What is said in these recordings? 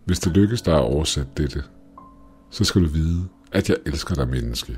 Hvis det lykkes dig at oversætte dette, så skal du vide, at jeg elsker dig, menneske.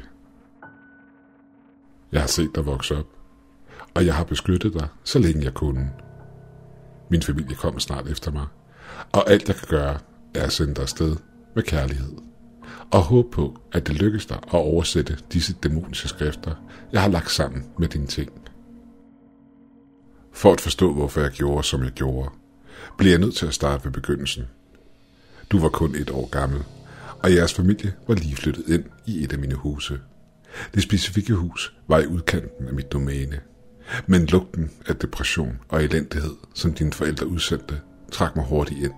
Jeg har set dig vokse op, og jeg har beskyttet dig, så længe jeg kunne. Min familie kommer snart efter mig, og alt jeg kan gøre, er at sende dig afsted med kærlighed. Og håbe på, at det lykkes dig at oversætte disse dæmoniske skrifter, jeg har lagt sammen med dine ting. For at forstå, hvorfor jeg gjorde, som jeg gjorde, blev jeg nødt til at starte ved begyndelsen. Du var kun 1 år gammel, og jeres familie var lige flyttet ind i et af mine huse. Det specifikke hus var i udkanten af mit domæne, men lugten af depression og elendighed, som dine forældre udsendte, trak mig hurtigt ind.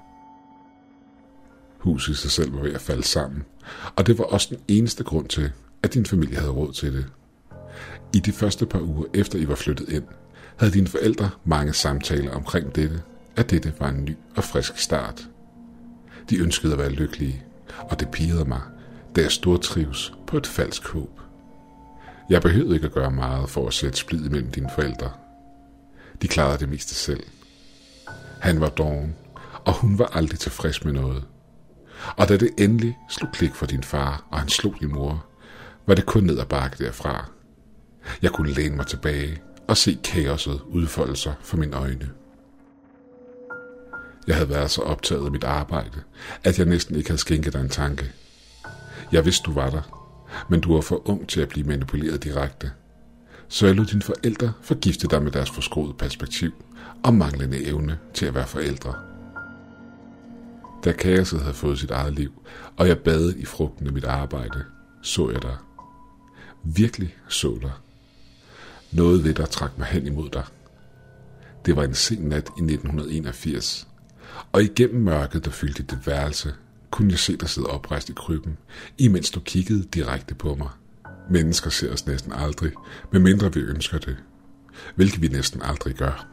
Huset i sig selv var ved at falde sammen, og det var også den eneste grund til, at din familie havde råd til det. I de første par uger efter I var flyttet ind, havde dine forældre mange samtaler omkring dette, at dette var en ny og frisk start. De ønskede at være lykkelige, og det pirrede mig, da jeg stortrives på et falsk håb. Jeg behøvede ikke at gøre meget for at sætte splid mellem dine forældre. De klarede det meste selv. Han var doven, og hun var aldrig tilfreds med noget. Og da det endelig slog klik for din far, og han slog din mor, var det kun ned ad bakke derfra. Jeg kunne læne mig tilbage og se kaoset udfolde sig for mine øjne. Jeg havde været så optaget af mit arbejde, at jeg næsten ikke havde skænket dig en tanke. Jeg vidste, du var der, men du var for ung til at blive manipuleret direkte. Så jeg lod dine forældre forgifte dig med deres forskruede perspektiv og manglende evne til at være forældre. Da kaoset havde fået sit eget liv, og jeg badede i frugten af mit arbejde, så jeg dig. Virkelig så dig. Noget ved dig trak mig hen imod dig. Det var en sen nat i 1981, og igennem mørket, der fyldte dit værelse, kunne jeg se dig sidde oprejst i krybben, imens du kiggede direkte på mig. Mennesker ser os næsten aldrig, medmindre vi ønsker det, hvilket vi næsten aldrig gør.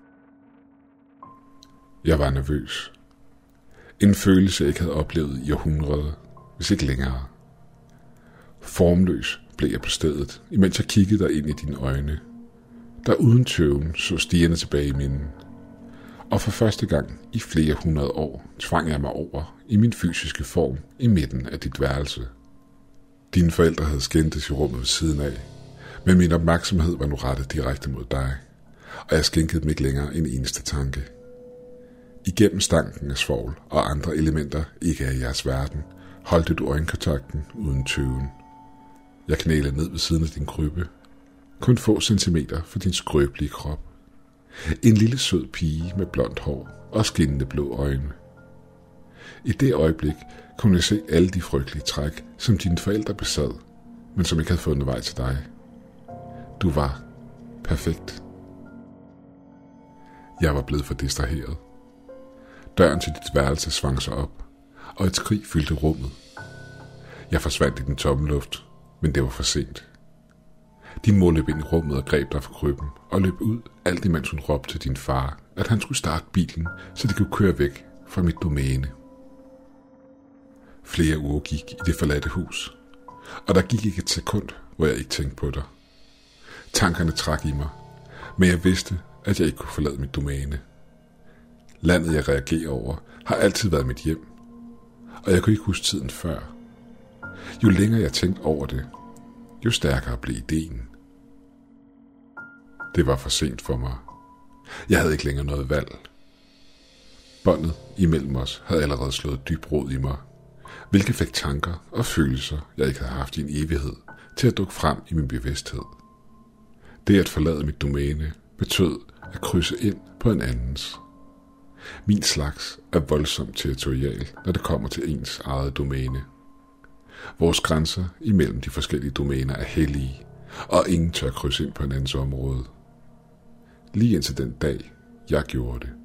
Jeg var nervøs. En følelse, jeg ikke havde oplevet i århundreder, hvis ikke længere. Formløs blev jeg på stedet, imens jeg kiggede dig ind i dine øjne, der uden tøven så stigende tilbage i minden. Og for første gang i flere 100 år tvang jeg mig over i min fysiske form i midten af dit værelse. Dine forældre havde skændtes i rummet ved siden af, men min opmærksomhed var nu rettet direkte mod dig, og jeg skænkede dem ikke længere en eneste tanke. Igennem stanken af svovl og andre elementer ikke af jeres verden, holdte du øjenkontakten uden tøven. Jeg knælede ned ved siden af din krybbe, kun få centimeter fra din skrøbelige krop. En lille sød pige med blondt hår og skinnende blå øjne. I det øjeblik kunne jeg se alle de frygtelige træk, som dine forældre besad, men som ikke havde fundet vej til dig. Du var perfekt. Jeg var blevet for distraheret. Døren til dit værelse svang sig op, og et skrig fyldte rummet. Jeg forsvandt i den tomme luft, men det var for sent. Din mor løb ind i rummet og greb dig fra krybben og løb ud, alt imens hun råbte til din far, at han skulle starte bilen, så de kunne køre væk fra mit domæne. Flere uger gik i det forladte hus, og der gik ikke et sekund, hvor jeg ikke tænkte på dig. Tankerne trak i mig, men jeg vidste, at jeg ikke kunne forlade mit domæne. Landet, jeg reagerer over, har altid været mit hjem, og jeg kunne ikke huske tiden før. Jo længere jeg tænkte over det, jo stærkere blev ideen. Det var for sent for mig. Jeg havde ikke længere noget valg. Båndet imellem os havde allerede slået dyb rod i mig, hvilket fik tanker og følelser, jeg ikke havde haft i en evighed, til at dukke frem i min bevidsthed. Det at forlade mit domæne betød at krydse ind på en andens. Min slags er voldsomt territorial, når det kommer til ens eget domæne. Vores grænser imellem de forskellige domæner er hellige, og ingen tør krydse ind på en andens område. Lige indtil den dag, jeg gjorde det.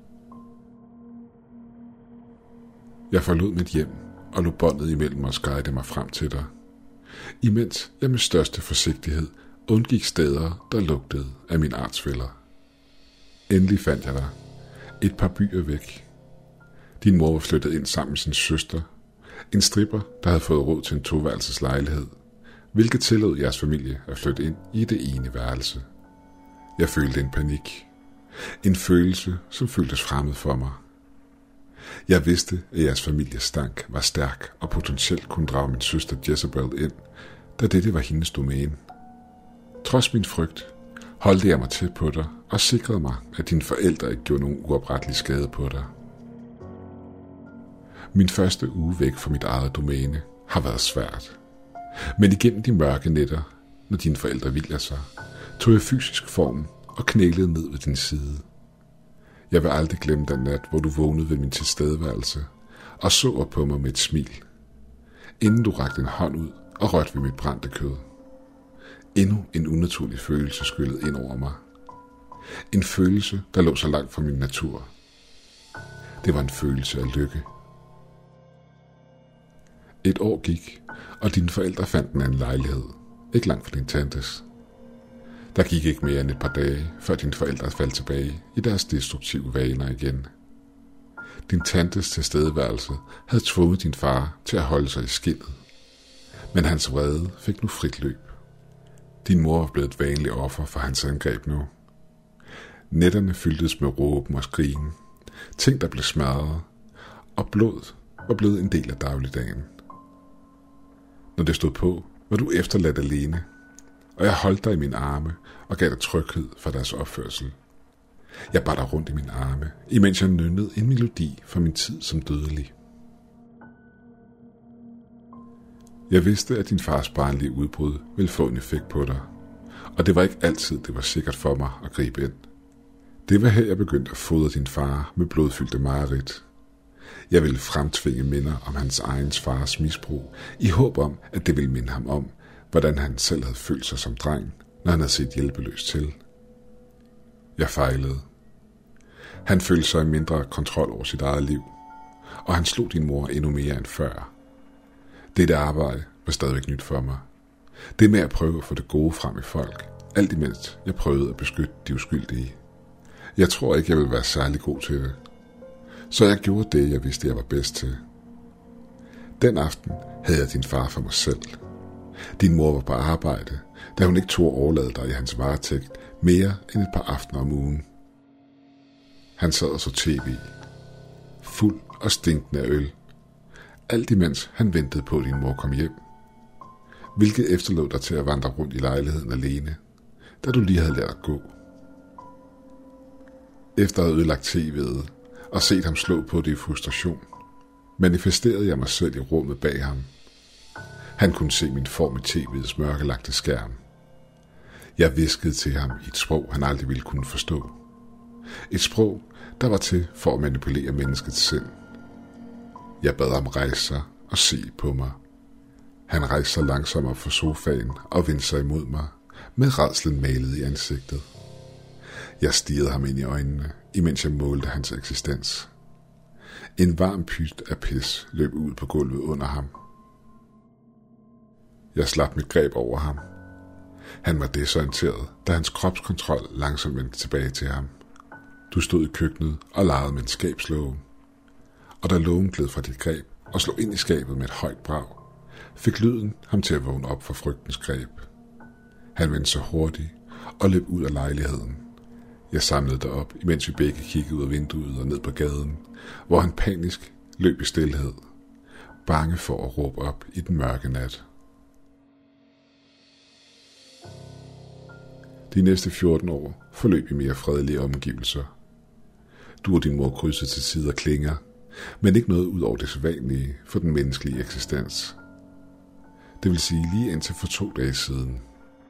Jeg forlod mit hjem og lod båndet imellem os guide mig frem til dig, imens jeg med største forsigtighed undgik steder, der lugtede af mine artsfæller. Endelig fandt jeg dig, et par byer væk. Din mor var flyttet ind sammen med sin søster, en stripper, der havde fået råd til en 2-værelses lejlighed, hvilket tillod jeres familie at flytte ind i det ene værelse. Jeg følte en panik. En følelse, som føltes fremmed for mig. Jeg vidste, at jeres families stank var stærk og potentielt kunne drage min søster Jezebel ind, da dette var hendes domæne. Trods min frygt holdte jeg mig tæt på dig og sikrede mig, at dine forældre ikke gjorde nogen uoprettelig skade på dig. Min første uge væk fra mit eget domæne har været svært. Men igennem de mørke nætter, når dine forældre hviler sig, tog jeg fysisk form og knælede ned ved din side. Jeg vil aldrig glemme den nat, hvor du vågnede ved min tilstedeværelse og så op på mig med et smil, inden du rakte en hånd ud og rørte ved mit brændte kød. Endnu en unaturlig følelse skyllede ind over mig. En følelse, der lå så langt fra min natur. Det var en følelse af lykke. Et år gik, og dine forældre fandt en anden lejlighed, ikke langt fra din tantes. Der gik ikke mere end et par dage, før dine forældre faldt tilbage i deres destruktive vaner igen. Din tantes tilstedeværelse havde tvunget din far til at holde sig i skindet, men hans vrede fik nu frit løb. Din mor var blevet et vanligt offer for hans angreb nu. Nætterne fyldtes med råben og skrigen, ting der blev smadret, og blod var blevet en del af dagligdagen. Når det stod på, var du efterladt alene, og jeg holdt dig i mine arme og gav dig tryghed for deres opførsel. Jeg bar dig rundt i mine arme, imens jeg nynnede en melodi fra min tid som dødelig. Jeg vidste, at din fars barnlige udbrud ville få en effekt på dig, og det var ikke altid, det var sikkert for mig at gribe ind. Det var her, jeg begyndte at fodre din far med blodfyldte mareridt. Jeg ville fremtvinge minder om hans egen fars misbrug, i håb om, at det ville minde ham om, hvordan han selv havde følt sig som dreng, når han havde set hjælpeløs til. Jeg fejlede. Han følte sig i mindre kontrol over sit eget liv, og han slog din mor endnu mere end før. Dette arbejde var stadigvæk nyt for mig. Det med at prøve at få det gode frem i folk, alt imens jeg prøvede at beskytte de uskyldige. Jeg tror ikke, jeg ville være særlig god til det. Så jeg gjorde det, jeg vidste, jeg var bedst til. Den aften havde jeg din far for mig selv. Din mor var på arbejde, da hun ikke tog overlade dig i hans varetægt mere end et par aftener om ugen. Han sad og så tv, fuld og stinkende af øl, alt imens han ventede på, at din mor kom hjem, hvilket efterlod dig til at vandre rundt i lejligheden alene, da du lige havde lært at gå. Efter at have ødelagt tv'et og set ham slå på det i frustration, manifesterede jeg mig selv i rummet bag ham. Han kunne se min form i tv'ets mørkelagte skærm. Jeg hviskede til ham i et sprog, han aldrig ville kunne forstå. Et sprog, der var til for at manipulere menneskets sind. Jeg bad ham rejse sig og se på mig. Han rejste sig langsomt op fra sofaen og vendte sig imod mig, med rædslen malet i ansigtet. Jeg stirrede ham ind i øjnene, imens jeg målte hans eksistens. En varm pyt af pis løb ud på gulvet under ham. Jeg slap mit greb over ham. Han var desorienteret, da hans kropskontrol langsomt vendte tilbage til ham. Du stod i køkkenet og legede med en skabslåge. Og da lågen gled fra dit greb og slog ind i skabet med et højt brag, fik lyden ham til at vågne op fra frygtens greb. Han vendte sig hurtigt og løb ud af lejligheden. Jeg samlede dig op, imens vi begge kiggede ud af vinduet og ned på gaden, hvor han panisk løb i stilhed, bange for at råbe op i den mørke nat. De næste 14 år forløb i mere fredelige omgivelser. Du og din mor krydsede til tider klinger, men ikke noget ud over det sædvanlige for den menneskelige eksistens. Det vil sige lige indtil for 2 dage siden.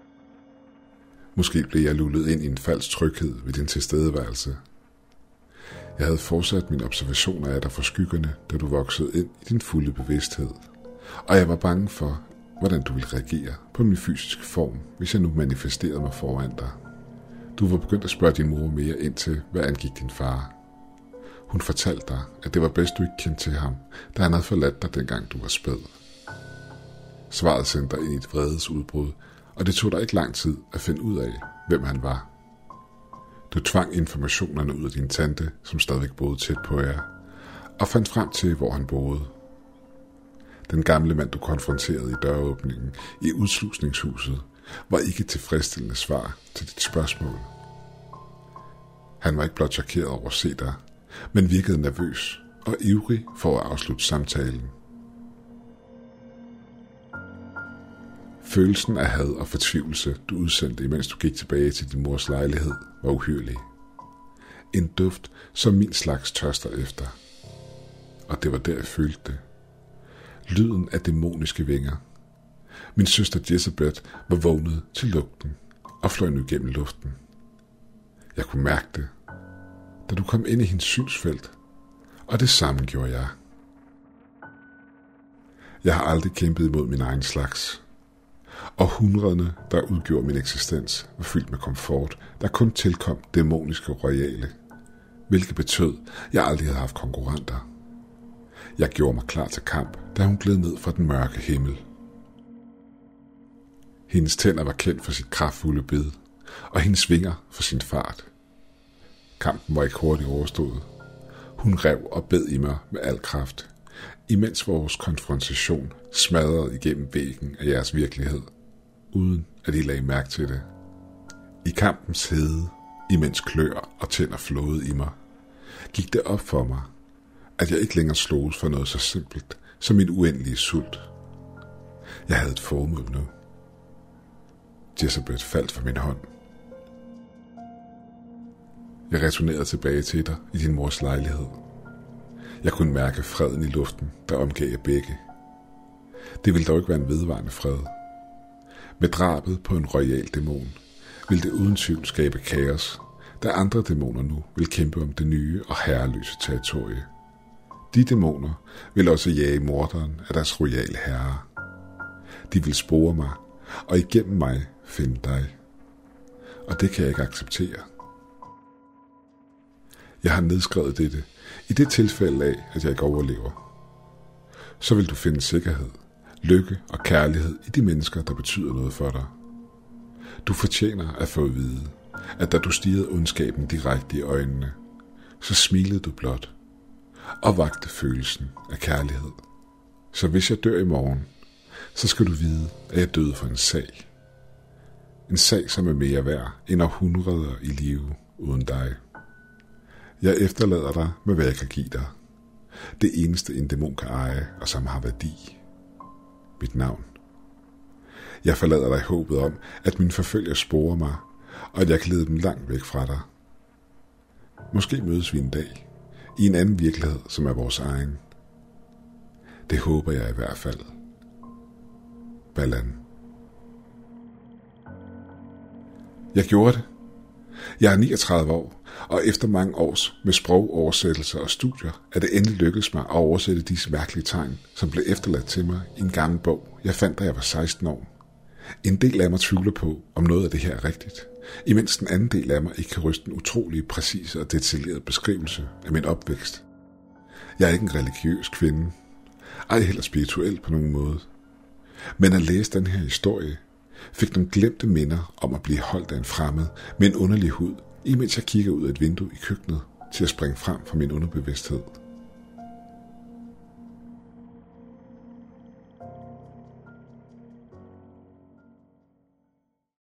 Måske blev jeg lullet ind i en falsk tryghed ved din tilstedeværelse. Jeg havde fortsat mine observationer af dig fra skyggerne, da du voksede ind i din fulde bevidsthed, og jeg var bange for, hvordan du ville reagere på min fysiske form, hvis jeg nu manifesterede mig foran dig. Du var begyndt at spørge din mor mere ind til, hvad angik din far. Hun fortalte dig, at det var bedst, du ikke kendte til ham, da han havde forladt dig, dengang du var spæd. Svaret sendte dig ind i et vredesudbrud, og det tog dig ikke lang tid at finde ud af, hvem han var. Du tvang informationerne ud af din tante, som stadigvæk boede tæt på jer, og fandt frem til, hvor han boede. Den gamle mand, du konfronterede i døråbningen i udslusningshuset, var ikke et tilfredsstillende svar til dit spørgsmål. Han var ikke blot chokeret over at se dig, men virkede nervøs og ivrig for at afslutte samtalen. Følelsen af had og fortvivlelse, du udsendte, imens du gik tilbage til din mors lejlighed, var uhyrlig. En duft, som min slags tørster efter. Og det var der, jeg følte det. Lyden af dæmoniske vinger. Min søster Jezebeth var vågnet til lugten og fløj nu gennem luften. Jeg kunne mærke det, da du kom ind i hendes synsfelt, og det samme gjorde jeg. Jeg har aldrig kæmpet imod min egen slags. Århundrederne, der udgjorde min eksistens, var fyldt med komfort, der kun tilkom dæmoniske royale, hvilket betød, at jeg aldrig havde haft konkurrenter. Jeg gjorde mig klar til kamp, da hun gled ned fra den mørke himmel. Hendes tænder var kendt for sit kraftfulde bid, og hendes vinger for sin fart. Kampen var ikke hurtigt overstået. Hun rev og bed i mig med al kraft, imens vores konfrontation smadrede igennem væggen af jeres virkelighed, uden at I lagde mærke til det. I kampens hede, imens klør og tænder flåede i mig, gik det op for mig, at jeg ikke længere sloges for noget så simpelt som min uendelige sult. Jeg havde et formål nu. Jezebeth faldt fra min hånd. Jeg returnerede tilbage til dig i din mors lejlighed. Jeg kunne mærke freden i luften, der omgav jer begge. Det ville dog ikke være en vedvarende fred. Med drabet på en royal dæmon ville det uden tvivl skabe kaos, da andre dæmoner nu vil kæmpe om det nye og herreløse territorie. De dæmoner vil også jage morderen af deres royale herre. De vil spore mig, og igennem mig finde dig. Og det kan jeg ikke acceptere. Jeg har nedskrevet dette i det tilfælde af, at jeg ikke overlever. Så vil du finde sikkerhed, lykke og kærlighed i de mennesker, der betyder noget for dig. Du fortjener at få at vide, at da du stirrede ondskaben direkte i øjnene, så smilede du blot og vagte følelsen af kærlighed. Så hvis jeg dør i morgen, så skal du vide, at jeg døde for en sag. En sag, som er mere værd end århundreder i live uden dig. Jeg efterlader dig med, hvad jeg kan give dig. Det eneste, en dæmon kan eje, og som har værdi. Mit navn. Jeg forlader dig i håbet om, at mine forfølger sporer mig, og at jeg kan lede dem langt væk fra dig. Måske mødes vi en dag, i en anden virkelighed, som er vores egen. Det håber jeg i hvert fald. Balan. Jeg gjorde det. Jeg er 39 år, og efter mange års med sprogoversættelser og studier, er det endelig lykkedes mig at oversætte disse mærkelige tegn, som blev efterladt til mig i en gammel bog, jeg fandt, da jeg var 16 år. En del af mig tvivler på, om noget af det her er rigtigt, imens den anden del af mig ikke kan ryste en utrolig præcis og detaljeret beskrivelse af min opvækst. Jeg er ikke en religiøs kvinde, ej heller spirituel på nogen måde. Men at læse den her historie fik nogle glemte minder om at blive holdt af en fremmed med en underlig hud, imens jeg kigger ud af et vindue i køkkenet til at springe frem fra min underbevidsthed.